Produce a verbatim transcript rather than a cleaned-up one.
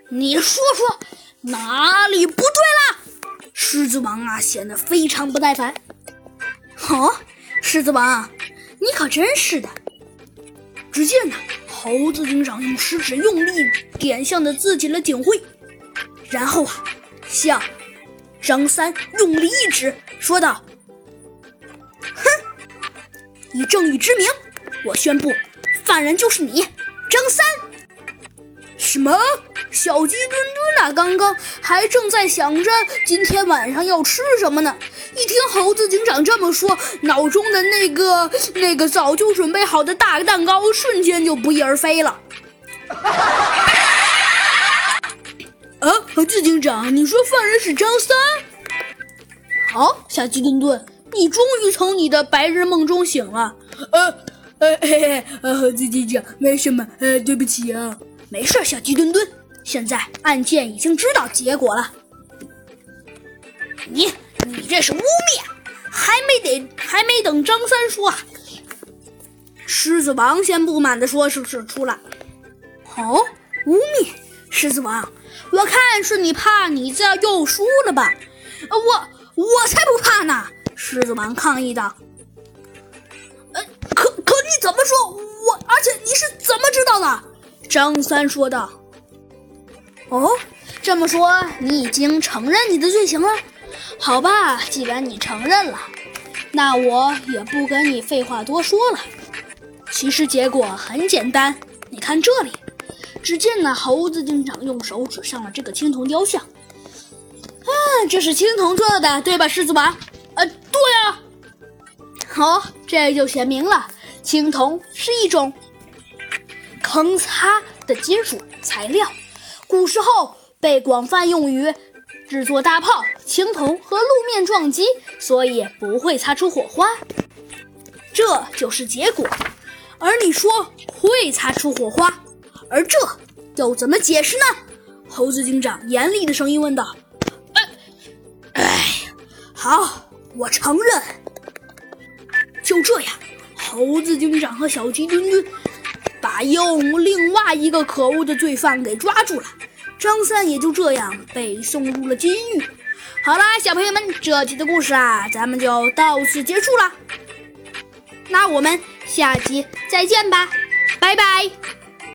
你说说哪里不对啦？狮子王啊显得非常不耐烦。哦，狮子王，你可真是的。只见呢，猴子警长用食指用力点向了自己的警徽，然后啊向张三用力一指，说道：哼，以正义之名，我宣布犯人就是你，张三。什么？小鸡墩墩啊，刚刚还正在想着今天晚上要吃什么呢，一听猴子警长这么说，脑中的那个那个早就准备好的大蛋糕瞬间就不翼而飞了。啊，猴子警长，你说犯人是张三？好，小鸡墩墩，你终于从你的白日梦中醒了。呃呃嘿嘿，呃猴子警长，没什么，呃对不起啊。没事，小鸡墩墩，现在案件已经知道结果了。你你这是污蔑，还没得还没等张三说，狮子王先不满地说是是出来。哦，污蔑，狮子王，我看是你怕你这又输了吧？我我才不怕呢！狮子王抗议道。呃，可可你怎么说？我而且你是怎么知道的？张三说道。哦，这么说你已经承认你的罪行了？好吧，既然你承认了，那我也不跟你废话多说了。其实结果很简单，你看这里。只见那猴子警长用手指向了这个青铜雕像。啊，这是青铜做的，对吧，狮子王？呃，对啊。好，这就显明了，青铜是一种铿擦的金属材料，古时候被广泛用于制作大炮、青铜和路面撞击，所以不会擦出火花。这就是结果。而你说会擦出火花，而这又怎么解释呢？猴子警长严厉的声音问道。哎，哎，好，我承认。就这样，猴子警长和小鸡墩墩把用另外一个可恶的罪犯给抓住了，张三也就这样被送入了监狱。好啦，小朋友们，这集的故事啊，咱们就到此结束了。那我们下集再见吧，拜拜。